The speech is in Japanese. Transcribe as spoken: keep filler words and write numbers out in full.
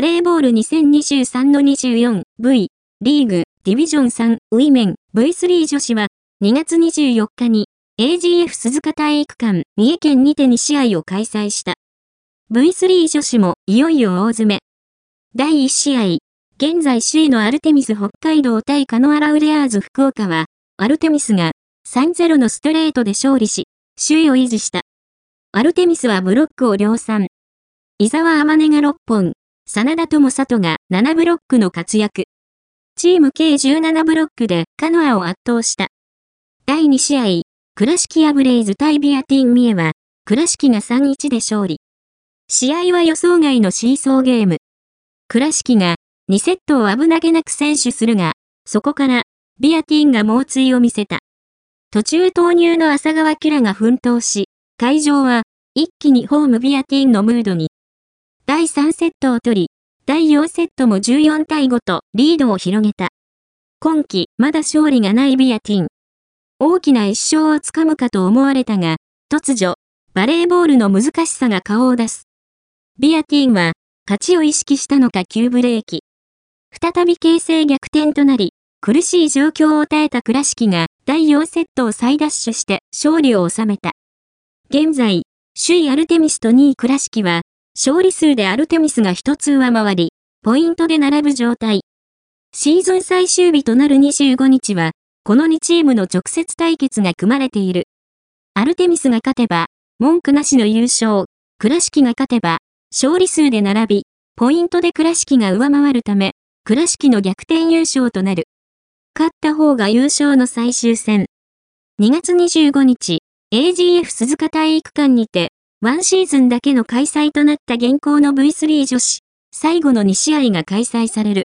レーボール にせんにじゅうさんのにじゅうよんブイ リーグディビジョンさんウィメン ブイスリー 女子はにがつにじゅうよっかに エージーエフ 鈴鹿体育館三重県にてにしあいを開催した。ブイスリー 女子もいよいよ大詰め。だいいち試合、現在首位のアルテミス北海道対カノアラウレアーズ福岡は、アルテミスが さんたいゼロ のストレートで勝利し、首位を維持した。アルテミスはブロックを量産。伊沢天音がろっぽん、真田智里がななブロックの活躍。チーム計じゅうななブロックでカノアを圧倒した。だいに試合、倉敷アブレイズ対ビアティン三重は、倉敷が さんたいいち で勝利。試合は予想外のシーソーゲーム。倉敷がにセットを危なげなく先取するが、そこからビアティンが猛追を見せた。途中投入の浅川キラが奮闘し、会場は一気にホームビアティンのムードに。だいさんセットを取り、だいよんセットもじゅうよんたいごとリードを広げた。今季まだ勝利がないビアティン。大きな一勝をつかむかと思われたが、突如、バレーボールの難しさが顔を出す。ビアティンは、勝ちを意識したのか急ブレーキ。再び形勢逆転となり、苦しい状況を耐えた倉敷がだいよんセットを再ダッシュして勝利を収めた。現在、首位アルテミスとにい倉敷は、勝利数でアルテミスが一つ上回り、ポイントで並ぶ状態。シーズン最終日となるにじゅうごにちは、このにチームの直接対決が組まれている。アルテミスが勝てば、文句なしの優勝。倉敷が勝てば、勝利数で並び、ポイントで倉敷が上回るため、倉敷の逆転優勝となる。勝った方が優勝の最終戦。にがつにじゅうごにち、エージーエフ 鈴鹿体育館にて、ワンシーズンだけの開催となった現行の ブイスリー 女子、最後のにしあいが開催される。